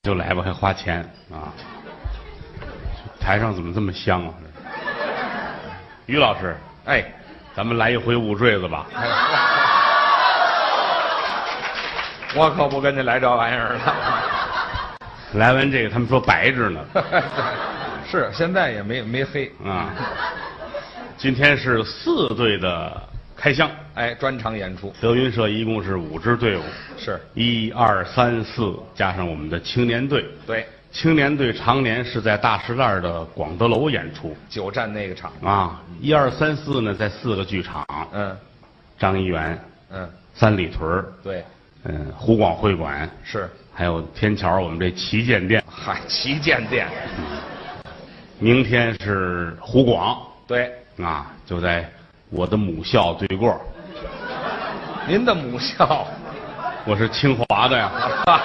就来吧，还花钱啊！台上怎么这么香啊？于老师， 哎， 咱们来一回五坠子吧。 我可不跟你来这玩意儿了。 来完这个，他们说白着呢。 是，现在也没黑啊。今天是4队的开箱， 哎，专场演出。 德云社一共是5支队伍， 是 1、2、3、4，加上我们的青年队。 对， 青年队常年是在大石栏的广德楼演出 9站那个场啊。1、2、3、4呢，在4个剧场。 嗯， 张一元，三里屯， 对， 湖广会馆是， 还有天桥，我们这旗舰店。 嗨，旗舰店。 明天是湖广， 对啊，就在我的母校对过。 您的母校？ 我是清华的呀。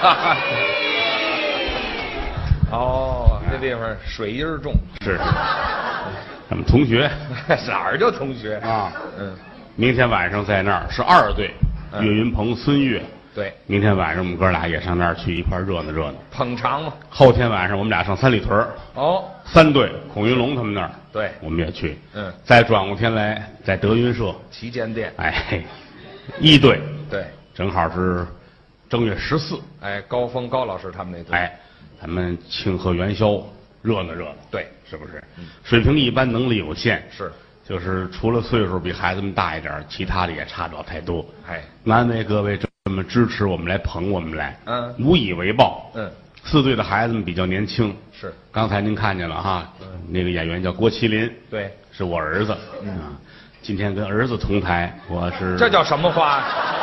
哦，这地方水音重。 是，咱们同学。 哪儿就同学啊？明天晚上在那儿是2队，岳云鹏、孙越。 对， 明天晚上我们哥俩也上那儿去一块热闹热闹， 捧场嘛。 后天晚上我们俩上三里屯。 哦 ，3队，孔云龙他们那儿， 对， 我们也去。 再转过天来，在德云社旗舰店。 哎，1队， 对， 正好是正月14。 哎，高峰高老师他们那队。 哎，咱们庆贺元宵，热闹热闹。 对， 是不是？水平一般，能力有限。 是。 就是除了岁数比孩子们大一点，其他的也差不了太多。 哎， 难为各位这么支持我们来捧我们来，无以为报。4队的孩子们比较年轻。 是。刚才您看见了哈，那个演员叫郭麒麟。 对， 是我儿子。今天跟儿子同台，我是。 这叫什么话？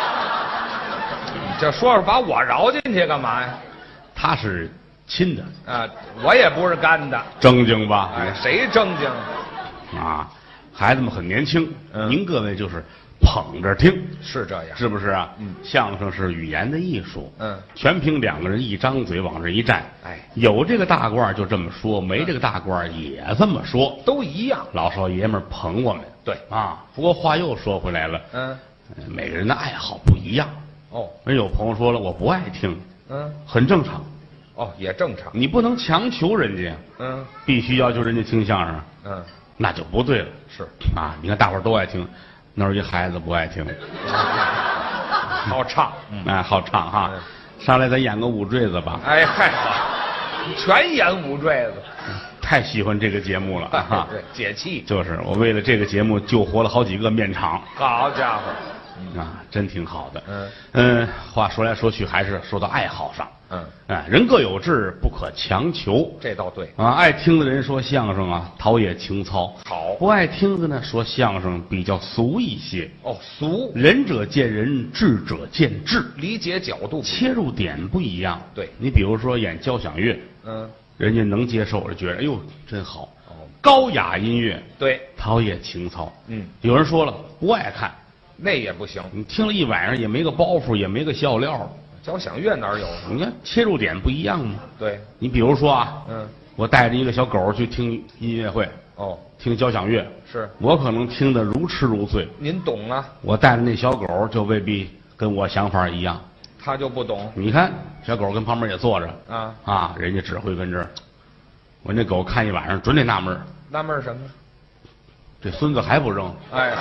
这说是把我饶进去干嘛呀？ 他是亲的。 啊，我也不是干的。 正经吧？ 哎，谁正经？ 啊。孩子们很年轻，您各位就是捧着听， 是这样， 是不是啊？相声是语言的艺术，全凭2个人一张嘴往这一站， 哎， 有这个大褂就这么说，没这个大褂也这么说， 都一样。 老少爷们捧我们， 对啊。不过话又说回来了，每个人的爱好不一样。 哦， 人有朋友说了，我不爱听，很正常。 哦，也正常， 你不能强求人家，必须要求人家听相声，那就不对了。 是啊，你看大伙儿都爱听，那儿一孩子不爱听， 好唱， 哎，好唱哈。上来咱演个五坠子吧。 哎嗨，全演五坠子， 太喜欢这个节目了哈。 对，解气。 就是我为了这个节目救活了好几个面场。 好家伙， 啊，真挺好的。话说来说去，还是说到爱好上。人各有志，不可强求。 这倒对啊，爱听的人说相声啊，陶冶情操。 好， 不爱听的呢，说相声比较俗一些。 哦，俗。 仁者见仁，智者见智， 理解角度、 切入点不一样。 对， 你比如说演交响乐，人家能接受，就觉得哎呦真好。高雅音乐， 对， 陶冶情操。有人说了不爱看， 那也不行。 你听了一晚上也没个包袱，也没个笑料。 交响乐哪有？ 你看切入点不一样嘛。 对， 你比如说啊，我带着一个小狗去听音乐会，听交响乐， 是我可能听得如痴如醉。 您懂啊？ 我带着那小狗就未必跟我想法一样， 他就不懂。 你看小狗跟旁边也坐着，人家指挥跟这儿，我那狗看一晚上准得纳闷。 纳闷什么？ 这孙子还不扔？ 哎，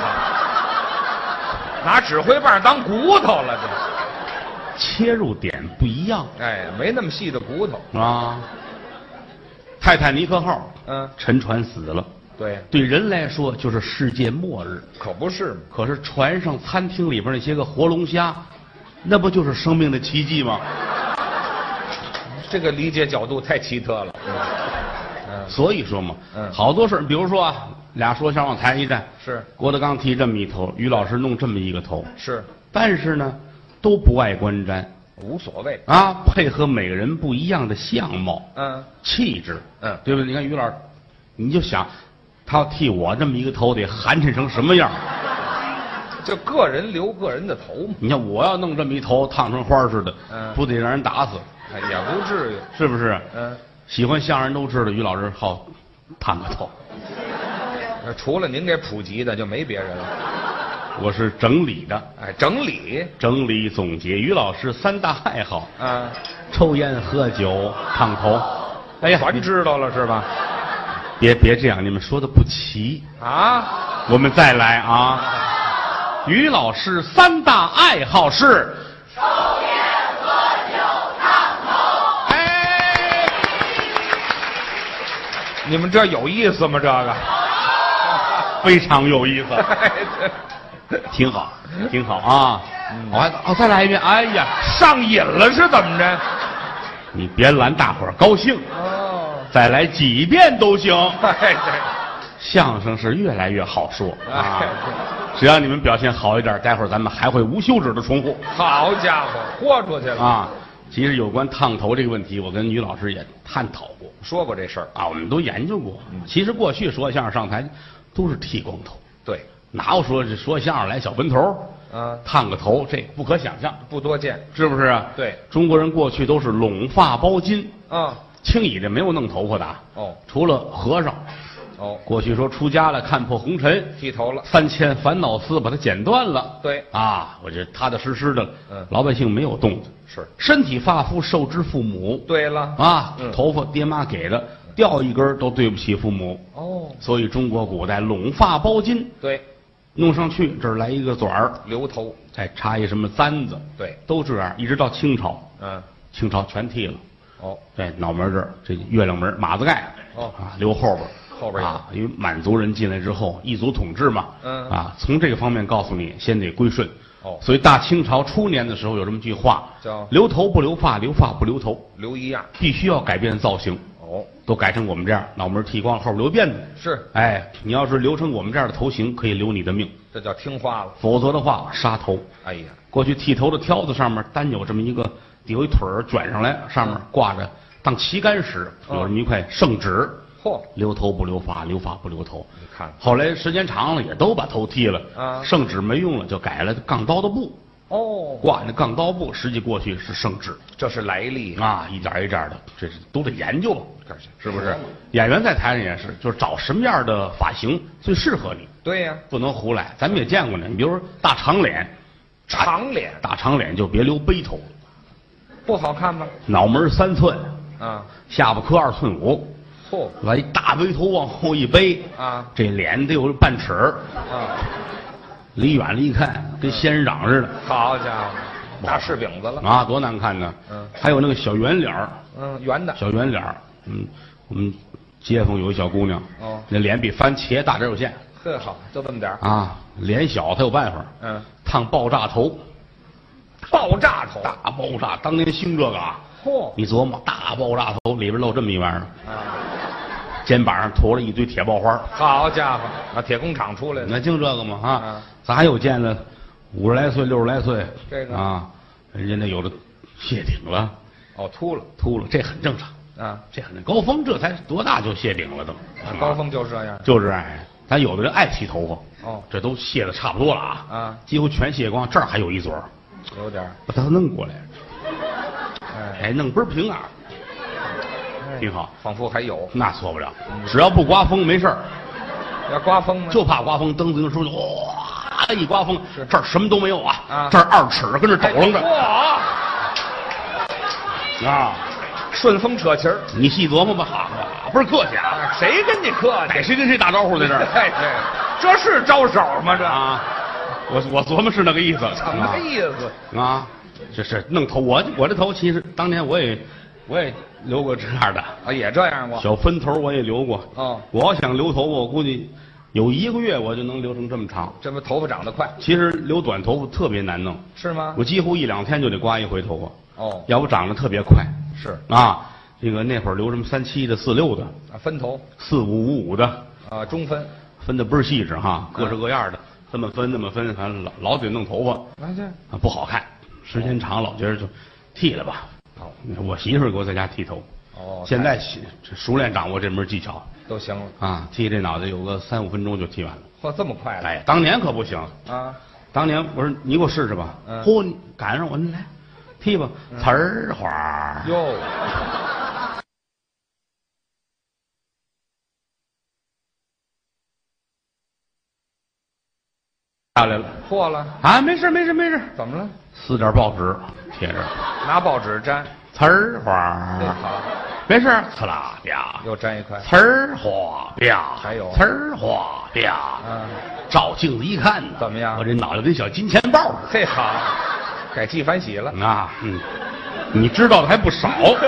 拿指挥棒当骨头了这。 切入点不一样， 哎，没那么细的骨头啊。泰坦尼克号，沉船死了， 对， 对人来说就是世界末日， 可不是吗？ 可是船上餐厅里边那些个活龙虾，那不就是生命的奇迹吗？ 这个理解角度太奇特了。 所以说嘛，好多事，比如说啊，俩说相声往台一站， 是郭德纲剃这么一头，于老师弄这么一个头， 是， 但是呢。都不爱观瞻， 无所谓啊，配合每个人不一样的相貌，气质，对不对？你看于老师，你就想，他要剃我这么一个头，得寒碜成什么样？ 就个人留个人的头嘛。 你看我要弄这么一头，烫成花似的，不得让人打死？ 也不至于， 是不是？喜欢相声人都知道，于老师好烫个头。 除了您给普及的，就没别人了。 我是整理的。 哎，整理总结于老师3大爱好。抽烟、喝酒、烫头。 哎呀，全知道了是吧？ 别这样，你们说的不齐啊！ 我们再来啊！于老师3大爱好是抽烟、喝酒、烫头。 哎，你们这有意思吗？这个非常有意思，挺好，挺好啊！再来一遍。哎呀， 上瘾了是怎么着？ 你别拦大伙儿高兴。再来几遍都行。相声是越来越好说啊！只要你们表现好一点，待会儿咱们还会无休止的重复。 好家伙，豁出去了啊！其实有关烫头这个问题，我跟于老师也探讨过， 说过这事儿啊，我们都研究过。其实过去说相声上台都是剃光头， 对， 哪有说相声来小分头？烫个头，这不可想象， 不多见， 是不是啊？ 对， 中国人过去都是拢发包巾，轻易的没有弄头发的。除了和尚。过去说出家了看破红尘， 剃头了 ，3000烦恼丝把它剪断了。 对啊，我这踏踏实实的，老百姓没有动的， 是身体发肤受之父母。 对了啊，头发爹妈给的，掉一根都对不起父母。所以中国古代拢发包巾， 对， 弄上去这儿来一个嘴儿留头， 再插一什么簪子， 对， 都这样，一直到清朝，清朝全剃了。在脑门这儿，这月亮门马子盖，留后边。啊，因为满族人进来之后，异族统治嘛，从这个方面告诉你，先得归顺。所以大清朝初年的时候有这么句话， 叫留头不留发，留发不留头， 留一样， 必须要改变造型。都改成我们这样，脑门剃光，后边留辫子。 是， 哎，你要是留成我们这样的头型，可以留你的命， 这叫听话了。 否则的话，杀头。 哎呀， 过去剃头的挑子上面单有这么一个，底有一腿儿卷上来，上面挂着当旗杆使，有这么一块圣旨。留头不留发，留发不留头。 你看， 后来时间长了，也都把头剃了。圣旨没用了，就改了杠刀的布。挂那杠刀布，实际过去是圣旨， 这是来历啊，一点一点的，这是都得研究吧，是不是？演员在台上也是，就是找什么样的发型最适合你。 对呀， 不能胡来。咱们也见过呢，你比如说大长脸，大长脸就别留背头， 不好看吗？ 脑门3寸，下巴颏2寸5。把一大背头往后一背这脸得有半尺离远了一看跟仙人掌似的。 好家伙，大柿饼子了啊，多难看呢！还有那个小圆脸圆的小圆脸我们街坊有一小姑娘那脸比番茄大点有限。 好，就这么点啊，脸小她有办法。烫爆炸头，大爆炸，当年兴这个啊。你琢磨，大爆炸头里边露这么一玩意儿肩膀上驮了一堆铁爆花。 好家伙，啊，铁工厂出来的， 那净这个吗？啊，咱还有见了50来岁、60来岁， 这个啊，人家那有的谢顶了， 秃了， 这很正常啊，这很高峰这才多大就谢顶了都， 高峰就这样， 就是哎，咱有的人爱剃头发，这都谢的差不多了啊，几乎全卸光，这儿还有一撮， 有点， 把它弄过来，哎，弄倍儿平啊。挺好， 仿佛还有， 那错不了，只要不刮风没事儿。 要刮风吗？ 就怕刮风，蹬自行车就哇，一刮风，这儿什么都没有啊，这儿2尺跟这抖楞着，啊， 顺风扯旗儿。 你细琢磨吧，不是客气啊， 谁跟你客气？ 谁跟谁打招呼在这儿？ 对，这是招手吗？这啊，我琢磨是那个意思。 什么意思啊？这是弄头，我这头其实当年我也留过这样的啊，也这样过。 小分头我也留过。我要想留头发，我估计有1个月我就能留成这么长。 这不头发长得快。 其实留短头发特别难弄。 是吗？ 我几乎1、2天就得刮一回头发。要不长得特别快。 是啊，这个那会儿留什么37的、46的啊，分头 45、55的啊，中分， 分的倍儿细致哈，各式各样的，这么分那么分，反正老得弄头发。啊，不好看，时间长老觉得就剃了吧。我媳妇儿给我在家剃头，现在熟练掌握这门技巧， 都行了啊。剃这脑袋有个3、5分钟就剃完了。 嚯，这么快了？ 哎，当年可不行啊！ 当年我说你给我试试吧，你赶上我，你来剃吧，呲儿花哟。 下来了， 破了啊，没事没事没事， 怎么了？ 撕点报纸贴着， 拿报纸粘， 呲儿花，没事，呲啦啪， 又粘一块， 呲儿花啪， 还有呲儿花啪，照镜子一看呢， 怎么样？ 我这脑袋跟小金钱豹似的， 嘿好，改纪反洗了啊，你知道的还不少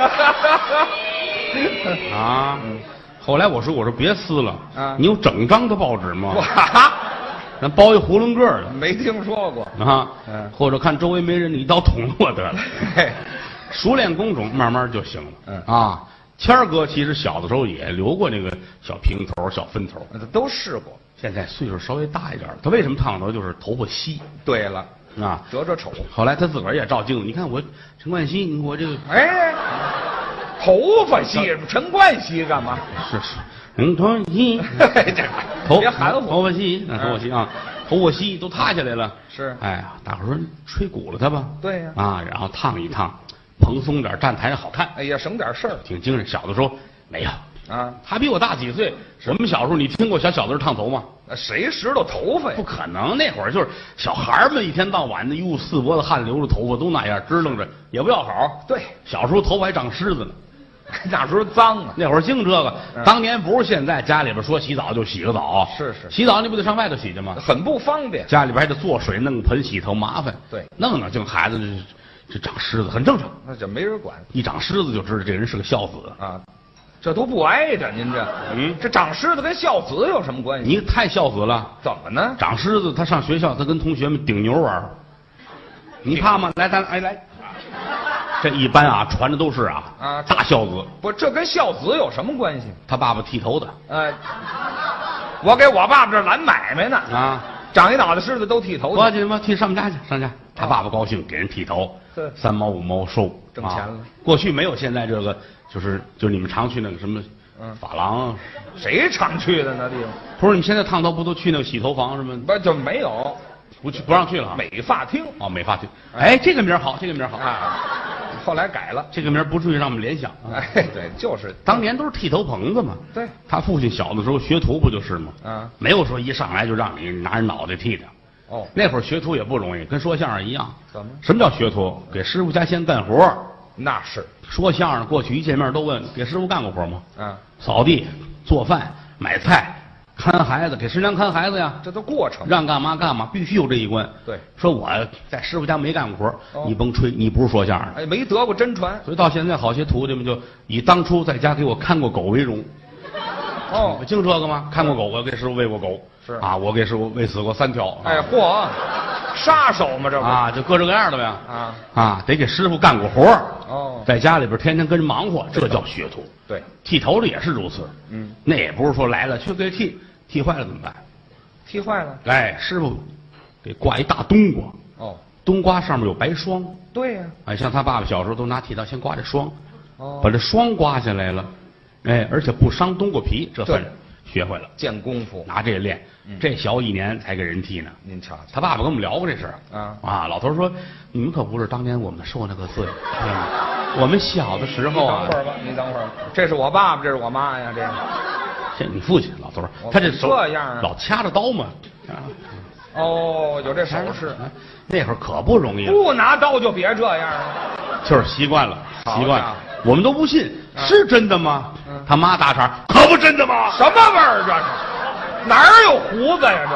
啊。后来我说别撕了啊，你有整张的报纸吗？ 哇， 咱包一囫囵个的， 没听说过啊。或者看周围没人，你一刀捅了我得了。熟练工种，慢慢就行了。啊，谦儿哥其实小的时候也留过那个小平头、小分头， 都试过。 现在岁数稍微大一点了，他为什么烫头？就是头发稀。 对了， 啊， 遮丑。 后来他自个儿也照镜子，你看我陈冠希，我这个哎。头发稀，陈冠希干嘛？ 是，陈冠希， 别含糊， 头发稀，头发稀啊，头发稀都塌下来了。 是， 哎呀，大伙说吹鼓了他吧？ 对呀。 啊，然后烫一烫，蓬松点，站台上好看。 哎呀，省点事儿， 挺精神。小的时候没有啊， 他比我大几岁。我们小时候，你听过小子烫头吗？ 谁拾掇头发呀？ 不可能，那会儿就是小孩们一天到晚的，哟，四脖子汗流着，头发都那样支棱着，也不要好。 对， 小时候头发还长虱子呢。 那时候脏啊， 那会儿净这个。当年不是现在家里边说洗澡就洗个澡， 是洗澡你不得上外头洗去吗？ 很不方便， 家里边还得做水弄盆洗头麻烦。 对， 弄净孩子这长虱子很正常， 那就没人管。 一长虱子就知道这人是个孝子啊，这都不挨着您这，这长虱子跟孝子有什么关系？ 你太孝子了， 怎么呢？ 长虱子他上学校他跟同学们顶牛玩，你怕吗？来咱来。这一般啊，传的都是大孝子。 不，这跟孝子有什么关系？ 他爸爸剃头的。 我给我爸爸这揽买卖呢。啊，长一脑袋虱子都剃头去。 我去，剃上家去，上家。他爸爸高兴，给人剃头，3毛5毛收， 挣钱了。 过去没有现在这个，就是你们常去那个什么发廊， 谁常去的那地方？ 不是，你现在烫头不都去那个洗头房什么？ 不就没有， 不让去了。 美发厅哦，美发厅。哎，这个名好，这个名好啊。后来改了， 这个名不至于让我们联想。 哎，对，就是当年都是剃头棚子嘛。 对， 他父亲小的时候学徒不就是吗？ 啊， 没有说一上来就让你拿人脑袋剃的。 哦， 那会儿学徒也不容易，跟说相声一样。 怎么？ 什么叫学徒？给师傅家先干活。 那是说相声过去一见面都问给师傅干过活吗？ 啊， 扫地、做饭、买菜。看孩子，给师娘看孩子呀， 这都过程， 让干嘛干嘛，必须有这一关。 对， 说我在师傅家没干过活，你甭吹，你不是说相声， 哎，没得过真传， 所以到现在好些徒弟们就以当初在家给我看过狗为荣。 哦， 净这个吗？看过狗，我给师傅喂过狗， 是啊，我给师傅喂死过3条。 哎，嚯，杀手嘛，这不啊，就各这个样的呗。 啊， 得给师傅干过活。 哦， 在家里边天天跟人忙活，这叫学徒。 对， 剃头的也是如此。那也不是说来了去给剃坏了怎么办？ 剃坏了， 哎，师傅给挂一大冬瓜。 哦， 冬瓜上面有白霜。 对呀。 哎，像他爸爸小时候都拿剃刀先刮这霜， 哦， 把这霜刮下来了，哎，而且不伤冬瓜皮，这算学会了。 见功夫， 拿这练，这小1年才给人剃呢。 您瞧瞧， 他爸爸跟我们聊过这事儿。老头说，你们可不是当年我们受那个罪。我们小的时候啊。 你等会儿吧，你等会儿，这是我爸爸，这是我妈呀，这。 这你父亲老头儿，他这手这样老掐着刀嘛。 哦，有这手势。 那会儿可不容易了， 不拿刀就别这样了。 就是习惯了，习惯了。我们都不信，是真的吗？他妈大茬，可不真的吗？ 什么味儿这是？哪儿有胡子呀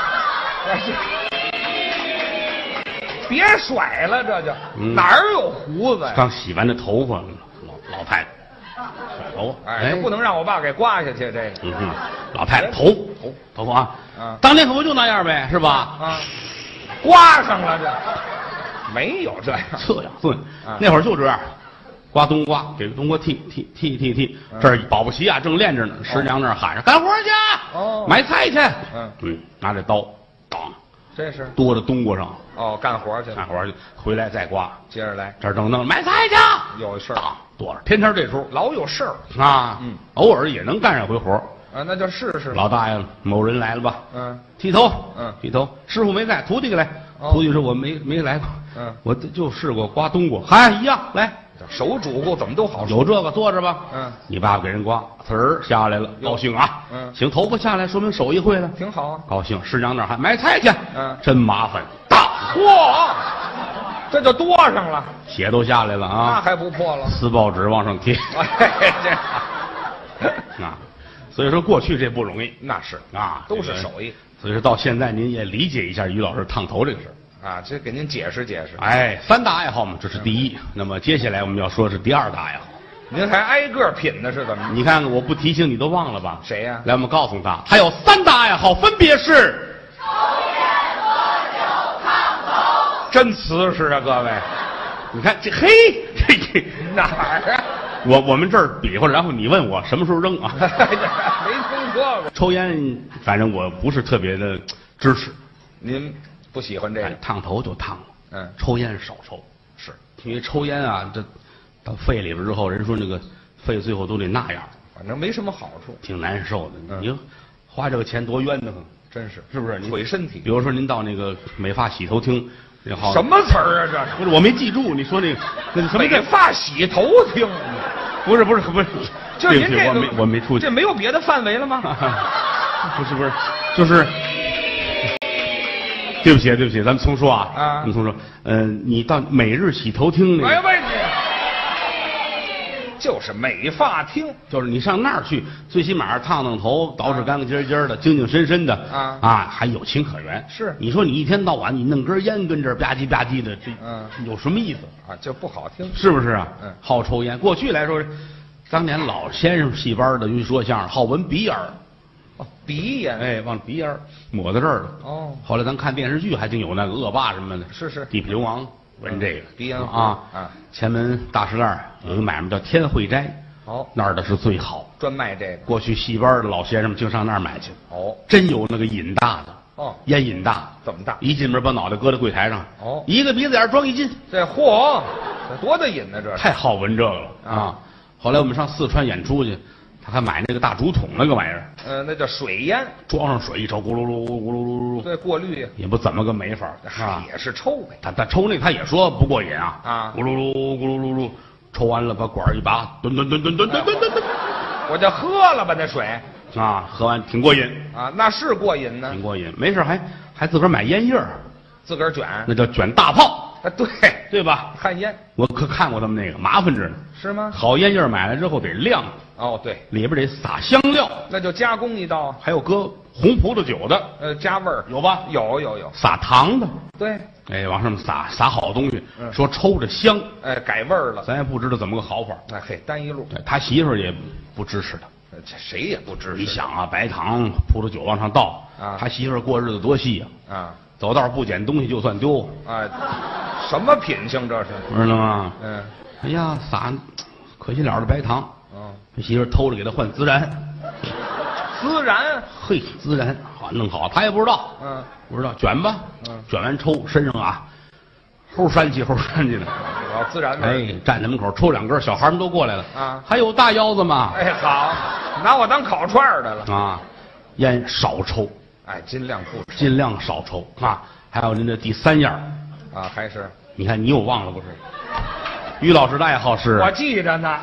这？别甩了，这就哪儿有胡子呀？ 刚洗完的头发，老太太。头， 哎，这不能让我爸给刮下去。这个， 老太太头发啊，当年可不就那样呗，是吧？ 啊，刮上了这，没有这样。 这样对，那会儿就这样，刮冬瓜，给冬瓜剃。这儿保不齐啊，正练着呢，师娘那儿喊着干活去，买菜去。拿着刀，当， 这是剁着冬瓜上。 哦，干活去， 回来再刮， 接着来。 这儿正弄买菜去， 有事儿。 多少天天这出老有事儿啊，偶尔也能干上回活啊，那就试试。 老大爷，某人来了吧？剃头，剃头，师傅没在，徒弟给来。徒弟说我没来过，我就试过刮冬瓜，还一样来， 手主顾怎么都好， 有这个坐着吧。 嗯， 你爸爸给人刮，呲儿下来了，高兴啊。 嗯， 请头发下来，说明手艺会了， 挺好啊。 高兴，师娘那儿还买菜去。 嗯， 真麻烦，大嚯，这就多上了， 血都下来了啊。 那还不破了？ 撕报纸往上贴。啊，所以说过去这不容易， 那是啊， 都是手艺。 所以说到现在您也理解一下于老师烫头这个事儿啊，这给您解释解释。 哎，3大爱好嘛，这是第一。那么接下来我们要说是第2大爱好。 您还挨个品呢是怎么？ 你看看我不提醒你都忘了吧？ 谁呀？ 来，我们告诉他，他有3大爱好，分别是抽烟、喝酒、烫头。 真瓷实啊，各位。你看这嘿，这哪儿啊？ 我们这儿比划，然后你问我什么时候扔啊？ 没听说过。 抽烟，反正我不是特别的支持。 您不喜欢这个？ 烫头就烫了。 嗯， 抽烟少抽。是因为抽烟啊，这到肺里边之后，人说那个肺最后都得那样， 反正没什么好处， 挺难受的。你花这个钱多冤得慌， 真是， 是不是？ 毁身体。 比如说您到那个美发洗头厅， 什么词儿啊？这不是我没记住，你说那个什么美发洗头厅？ 不是， 就您这个我没出去， 这没有别的范围了吗？ 不是，就是，对不起，咱们重说啊，咱们重说，你到每日洗头厅那个， 没问题，就是美发厅， 就是你上那儿去，最起码烫头，捯饬干干净净的，精精神神的啊，还有情可原。 是， 你说你一天到晚你弄根烟跟这儿吧唧吧唧的，这有什么意思啊？就不好听， 是不是啊？好抽烟。过去来说，当年老先生戏班的，说相声好闻鼻烟儿。 哦，鼻烟， 哎，往鼻烟抹到这儿了。 哦， 后来咱看电视剧还净有那个恶霸什么的， 是地痞流氓闻这个鼻烟啊。前门大石栏有一个买卖叫天惠斋，那儿的是最好， 专卖这个。 过去戏班的老先生们净上那儿买去。 哦， 真有那个瘾大的。 烟瘾大， 怎么大？ 一进门把脑袋搁在柜台上。一个鼻子眼装一斤。 这嚯，这多大瘾呢？这太好闻这个了啊！后来我们上四川演出去。他还买那个大竹筒那个玩意儿， 那叫水烟， 装上水一抽，咕噜噜咕噜噜噜， 对，过滤也不怎么个没法也是抽呗。 他抽那他也说不过瘾啊，咕噜噜咕噜噜噜，抽完了把管一拔，吨， 我就喝了吧那水啊，喝完挺过瘾啊，那是过瘾呢， 挺过瘾，没事还自个儿买烟叶自个儿卷， 那叫卷大炮。对吧？ 旱烟， 我可看过他们那个，麻烦着呢。 是吗？ 好烟叶买来之后得晾。 对， 里边得撒香料， 那就加工一道。 还有搁红葡萄酒的， 加味儿， 有吧？ 有。 撒糖的， 对， 哎，往上面撒好东西，说抽着香， 改味儿了。 咱也不知道怎么个好法。 单一路。 他媳妇儿也不支持他， 这谁也不支持。 你想啊，白糖、葡萄酒往上倒他媳妇儿过日子多细走道不捡东西就算丢什么品性这是？ 知道吗？哎呀，撒可惜了的白糖，他媳妇儿偷着给他换孜然，嘿，孜然好弄好，他也不知道，不知道卷吧，卷完抽身上齁膻气的， 孜然味。 站在门口抽2根，小孩们都过来了还有大腰子吗？ 好，拿我当烤串的了烟少抽， 尽量少抽还有您的第3样还是你看你又忘了不是？于老师的爱好是， 我记着呢。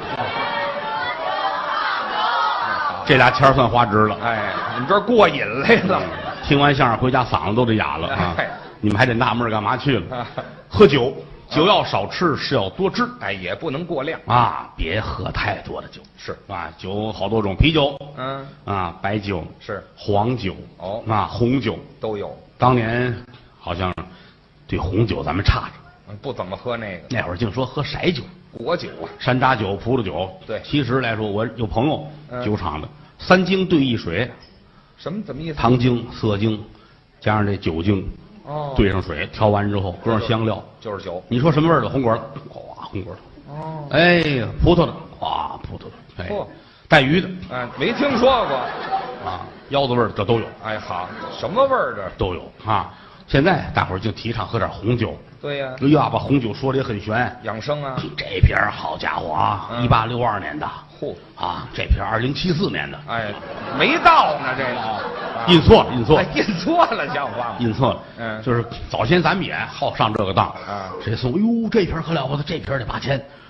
这俩钱算花值了。 你们这儿过瘾来了。 听完相声回家嗓子都得哑了你们还得纳闷干嘛去了？喝酒，酒要少吃，是要多吃。 也不能过量别喝太多的酒。 是酒好多种，啤酒，白酒是， 黄酒，红酒都有。 当年好像对红酒咱们差着， 不怎么喝那个。 那会儿净说喝色酒、 果酒山楂酒、葡萄酒。 对， 其实来说，我有朋友酒厂的，3精兑1水， 怎么意思？ 糖精、色精，加上这酒精，兑上水，调完之后搁上香料， 就是酒。 你说什么味儿的？红果的，红果的。葡萄的，葡萄的。带鱼的， 没听说过。 腰子味儿的这都有。 好，什么味儿的都有现在大伙儿就提倡喝点红酒。 对呀。 把红酒说的也很玄， 养生这瓶好家伙1862年的。这瓶2074年的。 没到呢，这个印错了， 印错了，像话吗？ 印错了。就是早先咱们也好上这个当谁送？这瓶可了不得，这瓶得8000，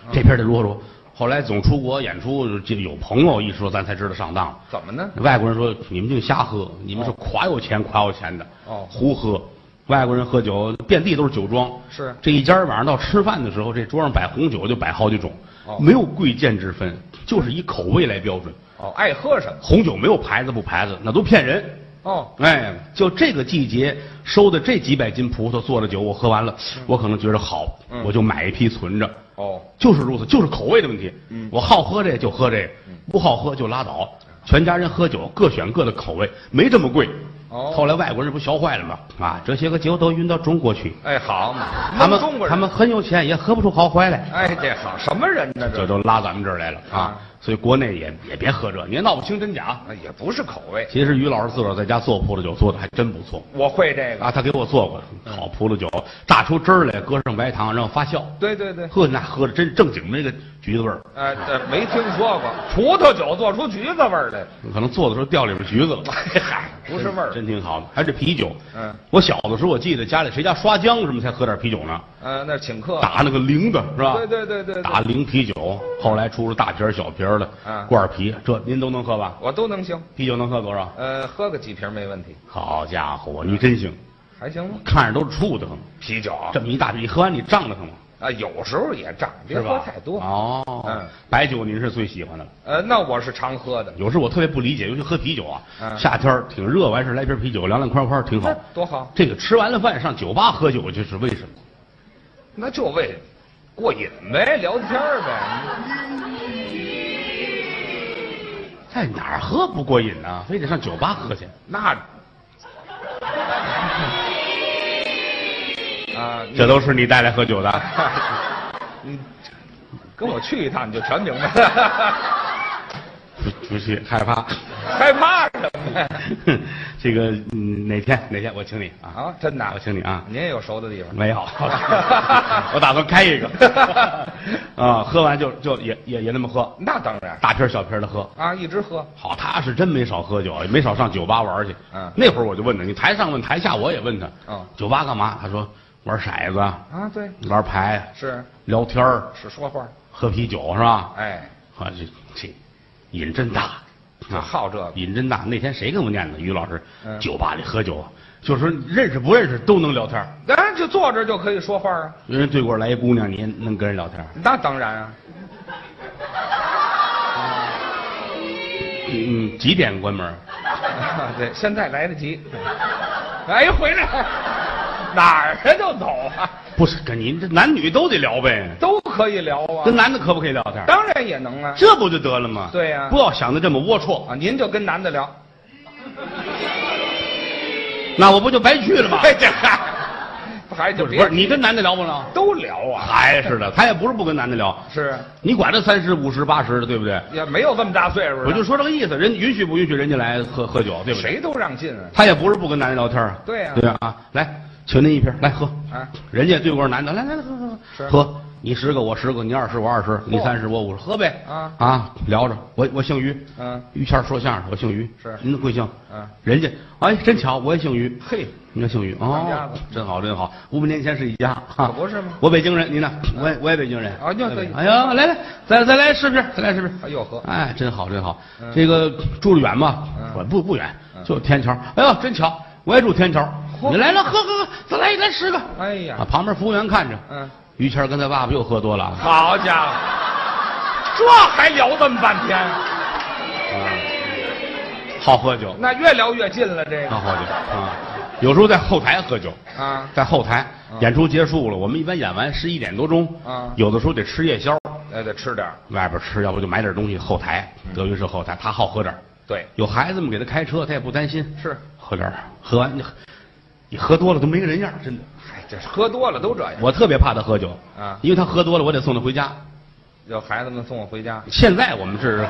这片得如何如何。后来总出国演出，就有朋友一说，咱才知道上当。 怎么呢？ 外国人说你们净瞎喝，你们是夸有钱的，胡喝。外国人喝酒遍地都是酒庄， 是这一家晚上到吃饭的时候，这桌上摆红酒就摆好几种，没有贵贱之分，就是以口味来标准。 爱喝什么？ 红酒没有牌子不牌子，那都骗人。哎，就这个季节收的这几百斤葡萄做的酒，我喝完了，我可能觉得好，我就买一批存着。就是如此，就是口味的问题。我好喝这就喝这个，不好喝就拉倒。全家人喝酒各选各的口味，没这么贵。后来外国人不学坏了吗？啊，这些个酒都运到中国去。 哎，好嘛， 他们很有钱，也喝不出好坏来。 哎，这好，什么人呢？ 这都拉咱们这儿来了啊！所以国内也别喝这，你也闹不清真假。 也不是口味。 其实于老师自个儿在家做葡萄酒做的还真不错。 我会这个啊，他给我做过好葡萄酒，榨出汁儿来，搁上白糖，然后发酵。 对， 那喝的真正经那个橘子味儿。 没听说过葡萄酒做出橘子味儿来。 可能做的时候掉里边橘子了。 嗨，不是味儿， 真挺好的。还是啤酒。我小的时候我记得家里谁家刷浆什么才喝点啤酒呢？ 那请客打那个零的是吧？ 对， 打零啤酒。后来出了大瓶小瓶的罐啤，这您都能喝吧？ 我都能行。啤酒能喝多少？ 喝个几瓶没问题。 好家伙，你真行。 还行吗？ 看着都是怵得慌。 啤酒这么一大瓶，喝完你胀得慌吗？ 有时候也胀，别喝太多。 白酒您是最喜欢的。 那我是常喝的。 有时候我特别不理解，尤其喝啤酒啊，夏天挺热，完事来瓶啤酒，凉凉快快挺好。 多好！ 这个吃完了饭上酒吧喝酒，这是为什么？ 那就为过瘾呗，聊天呗。 在哪儿喝不过瘾呢？非得上酒吧喝去？ 那这都是你带来喝酒的。 你跟我去一趟，你就全明白了。 不去，害怕。 害怕什么呀？ 这个哪天我请你啊！ 真的， 我请你啊！ 您也有熟的地方？ 没有，我打算开一个。喝完就也那么喝。 那当然， 大瓶小瓶的喝啊，一直喝。 好，他是真没少喝酒，也没少上酒吧玩去。那会儿我就问他，你台上问台下我也问他。酒吧干嘛？他说玩骰子啊， 对， 玩牌是聊天是说话， 喝啤酒是吧？ 哎， 这瘾真大。 好这个瘾真大。那天谁跟我念的？于老师，酒吧里喝酒，就是认识不认识都能聊天。 当然，就坐着就可以说话啊。 人对过来一姑娘，你能跟人聊天？ 那当然啊。 几点关门？ 对，现在来得及。哎，回来，哪儿就走啊？ 不是跟您这男女都得聊呗， 都可以聊啊。 跟男的可不可以聊天？ 当然也能啊， 这不就得了吗？ 对呀， 不要想的这么龌龊啊！您就跟男的聊， 那我不就白去了吗？ 这还就不是你跟男的聊不聊？ 都聊啊， 还是的，他也不是不跟男的聊， 是你管他30、50、80的，对不对？ 也没有这么大岁数。 我就说这个意思，人允许不允许人家来喝酒，对不对？ 谁都让进啊。 他也不是不跟男的聊天啊。 对呀， 对啊，来。请您一瓶，来喝啊！ 人家对过男的，来喝，你10个我10个，你20我20，你30我50，喝呗聊着。我姓于，于谦说相声，我姓于， 是您贵姓？人家哎真巧，我也姓于， 嘿， 你也姓于哦，真好真好，500年前是一家可不是吗？ 我北京人，你呢？我也北京人啊，对， 哎呀，来再来10瓶，再来10瓶， 哎呦喝， 哎真好真好，这个住得远吗？不远，就天桥，哎呦真巧，我也住天桥。你来了，喝，再来10个。 哎呀， 旁边服务员看着，于谦跟他爸爸又喝多了。 好家伙，这还聊这么半天。 好喝酒， 那越聊越近了。这个好喝酒有时候在后台喝酒在后台演出结束了，我们一般演完11点多钟有的时候得吃夜宵， 得吃点， 外边吃，要不就买点东西。后台德云社后台，他好喝点。 对， 有孩子们给他开车，他也不担心。 是喝点，喝完你喝多了都没个人样，真的。 这喝多了都这样。 我特别怕他喝酒因为他喝多了，我得送他回家。 有孩子们送我回家。 现在我们是，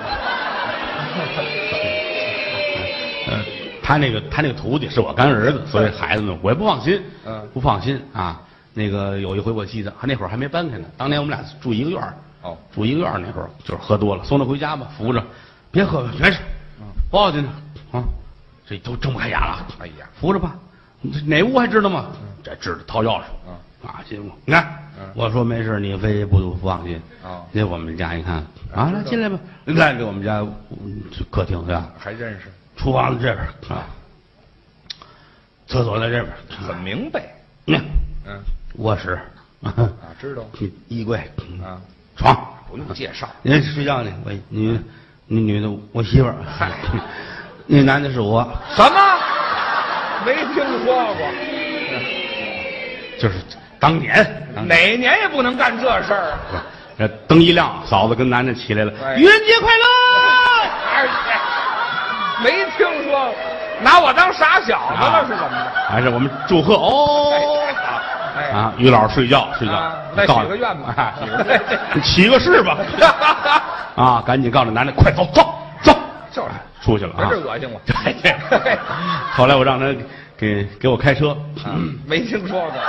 他那个徒弟是我干儿子，所以孩子们我也不放心，不放心啊。那个有一回我记得，他那会儿还没搬开呢，当年我们俩住一个院住一个院那会儿就是喝多了，送他回家吧，扶着，别喝，全是，抱进去这都睁不开眼了。 哎呀， 扶着吧。哪屋还知道吗？这知道，掏钥匙， 啊，进屋，你看，我说没事，你非不放心。 哦， 进我们家一看，啊，来进来吧，来给我们家客厅对吧？ 还认识？ 厨房在这边啊，厕所在这边， 很明白。 卧室啊，知道。 衣柜啊， 床不用介绍。 人睡觉呢，你女的我媳妇儿，嗨，那男的是我。 什么？没听说过。 就是当年哪年也不能干这事儿。 这灯一亮，嫂子跟男的起来了，愚人节快乐！ 没听说过，拿我当傻小子了是怎么着？ 还是我们祝贺哦。啊，于老师睡觉， 来许个愿吧， 起个誓吧。啊，赶紧告诉男的，快走， 就是出去了啊！ 这恶心我。 对。后来我让他给我开车。 没听说过。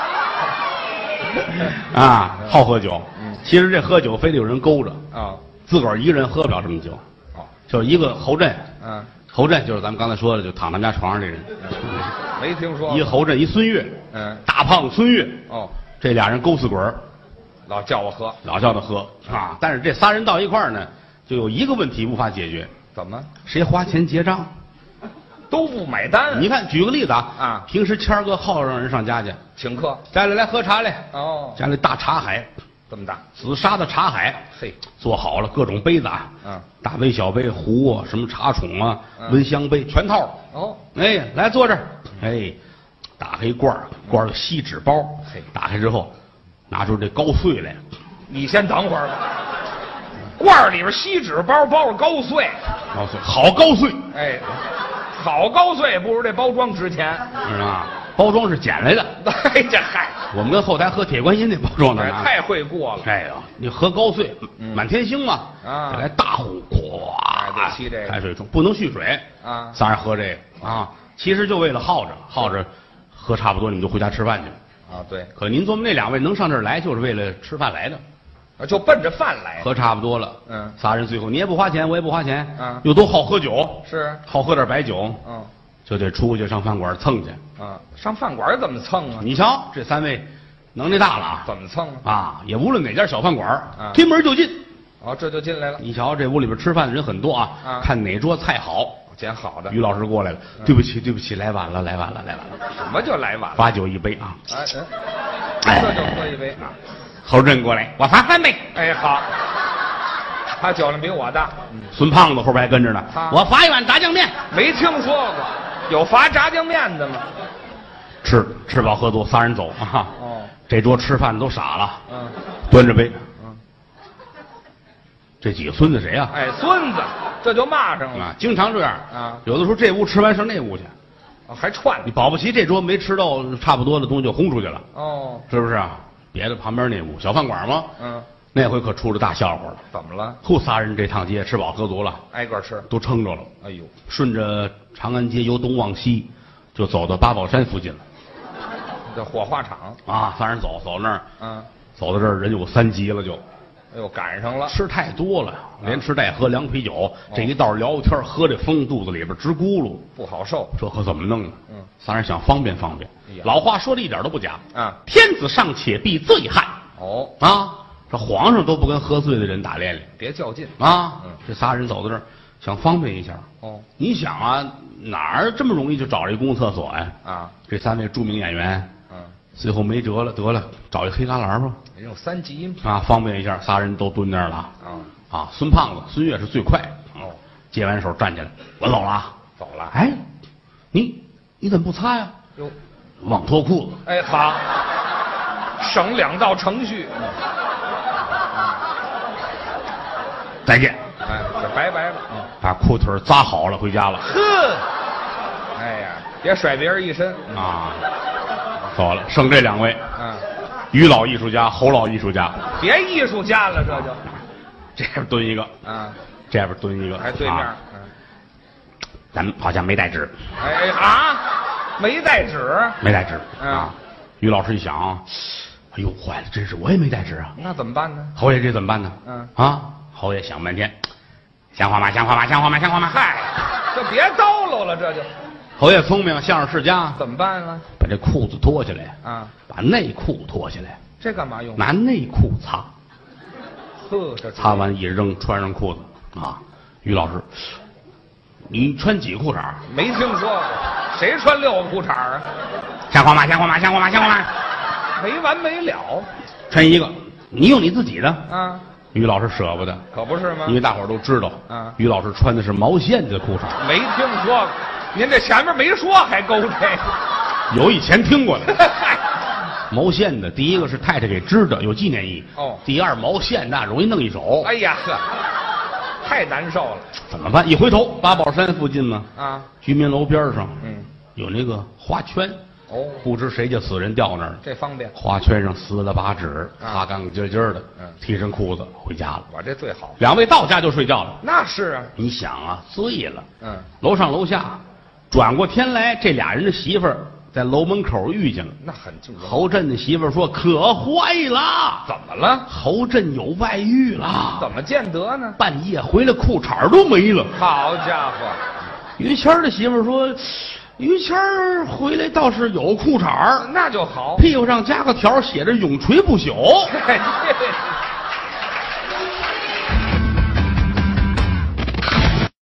啊，好喝酒。其实这喝酒非得有人勾着啊， 自个儿一个人喝不了这么酒。哦，就是一个侯震。侯震就是咱们刚才说的，就躺他们家床上这人。 没听说。 一个侯震，一孙越。大胖孙越。哦，这俩人勾死鬼儿， 老叫我喝， 老叫他喝啊。但是这仨人到一块儿呢，就有一个问题无法解决。 怎么？ 谁花钱结账？ 都不买单。 你看，举个例子啊，平时谦儿哥好让人上家去请客， 家里来喝茶来。 哦， 家里大茶海， 这么大， 紫砂的茶海， 嘿， 做好了各种杯子啊，大杯、小杯、壶啊，什么茶宠啊、温香杯，全套。哦，哎，来坐这儿，哎，打开一罐儿有锡纸包，嘿，打开之后，拿出这高碎来。 你先等会儿吧。罐儿里边锡纸包包着高碎， 好高碎， 哎。好高碎，不如这包装值钱， 是吧？包装是捡来的。 哎，这嗨， 我们跟后台喝铁观音那包装的， 太会过了。 哎呦，你喝高碎，满天星嘛，啊，来大壶，咵， 得沏这个开水冲，不能蓄水啊。仨人喝这个啊，其实就为了耗着，喝差不多你们就回家吃饭去啊。对。 可您琢磨那两位能上这儿来，就是为了吃饭来的。 就奔着饭来， 喝差不多了，仨人最后你也不花钱，我也不花钱，又都好喝酒， 是好喝点白酒，就得出去上饭馆蹭去， 上饭馆怎么蹭啊？ 你瞧这三位能耐大了啊， 怎么蹭啊？也无论哪家小饭馆，推门就进， 哦，这就进来了。 你瞧这屋里边吃饭的人很多啊，看哪桌菜好， 捡好的。 于老师过来了，对不起，来晚了。 什么就来晚了？ 罚酒一杯啊！ 这就喝一杯啊。 侯震过来，我罚3杯。 哎，好，他酒量比我大。 孙胖子后边还跟着呢，我罚1碗炸酱面。 没听说过，有罚炸酱面的吗？ 吃饱喝足，仨人走啊。哦，这桌吃饭的都傻了。端着杯。这几个孙子谁啊？ 哎，孙子，这就骂上了。 经常这样啊。有的时候这屋吃完上那屋去， 还串。 你保不齐这桌没吃到差不多的东西就轰出去了。 哦， 是不是啊？别的旁边那屋小饭馆吗？那回可出了大笑话了。 怎么了？ 仨人这趟街吃饱喝足了， 挨个吃， 都撑着了。 哎呦， 顺着长安街由东往西，就走到八宝山附近了。 这火化场啊，仨人走那儿，走到这儿人有3级了就。 哎呦，赶上了， 吃太多了，连吃带喝凉啤酒，这一道聊天喝这风，肚子里边直咕噜， 不好受。这可怎么弄呢？仨人想方便。老话说的一点都不假啊！天子尚且避醉汉。哦啊，这皇上都不跟喝醉的人打连连， 别较劲啊！这仨人走到这儿，想方便一下。哦，你想啊，哪儿这么容易就找着一公共厕所呀？啊，这3位著名演员，最后没辙了，得了，找一黑旮旯吧。 人有3级啊，方便一下，仨人都蹲那儿了。啊，孙胖子、孙越是最快。哦，接完手站起来，我走了。 走了。 哎，你怎么不擦呀？哟，忘脱裤子。 哎，好，省2道程序。 再见。 哎，这拜拜了。 把裤腿扎好了，回家了。 呵，哎呀，别甩别人一身啊！走了，剩这2位。于老艺术家，侯老艺术家。 别艺术家了，这就。 这边蹲一个，这边蹲一个， 还对面。 咱们好像没带纸。 哎啊，没带纸。 没带纸啊！于老师一想，哎呦，坏了，真是我也没带纸啊。 那怎么办呢？ 侯爷这怎么办呢？侯爷想半天，像话吗？嗨， 就别叨唠了，这就。 侯爷聪明，相声世家， 怎么办啊？ 把这裤子脱下来啊， 把内裤脱下来， 这干嘛用？ 拿内裤擦。 呵，这擦完一扔，穿上裤子啊。于老师，你穿几个裤衩？ 没听说过，谁穿6个裤衩啊？ 像话吗？像话吗？像话吗？像话吗？ 没完没了。 穿一个，你有你自己的啊。 于老师舍不得， 可不是吗？ 因为大伙儿都知道， 啊， 于老师穿的是毛线的裤衩。 没听说过，您这前面没说还勾这个？ 有以前听过的。毛线的，第一个是太太给织的，有纪念意义。 哦。 第二，毛线那容易弄一手。 哎呀呵，太难受了。 怎么办？一回头，八宝山附近嘛， 啊， 居民楼边上， 嗯， 有那个花圈。 哦， 不知谁家死人掉那儿了， 这方便。 花圈上撕了把纸，擦干干净净的，提上裤子回家了。 我这最好。 两位到家就睡觉了。 那是啊。 你想啊，醉了。 楼上楼下，转过天来，这俩人的媳妇儿在楼门口遇见了。 那很正常。 侯震的媳妇儿说：“可坏了！ 怎么了？ 侯震有外遇了。 怎么见得呢？ 半夜回来裤衩都没了。 好家伙！ 于谦的媳妇儿说。”于谦儿回来倒是有裤衩， 那就好， 屁股上加个条，写着“永垂不朽”。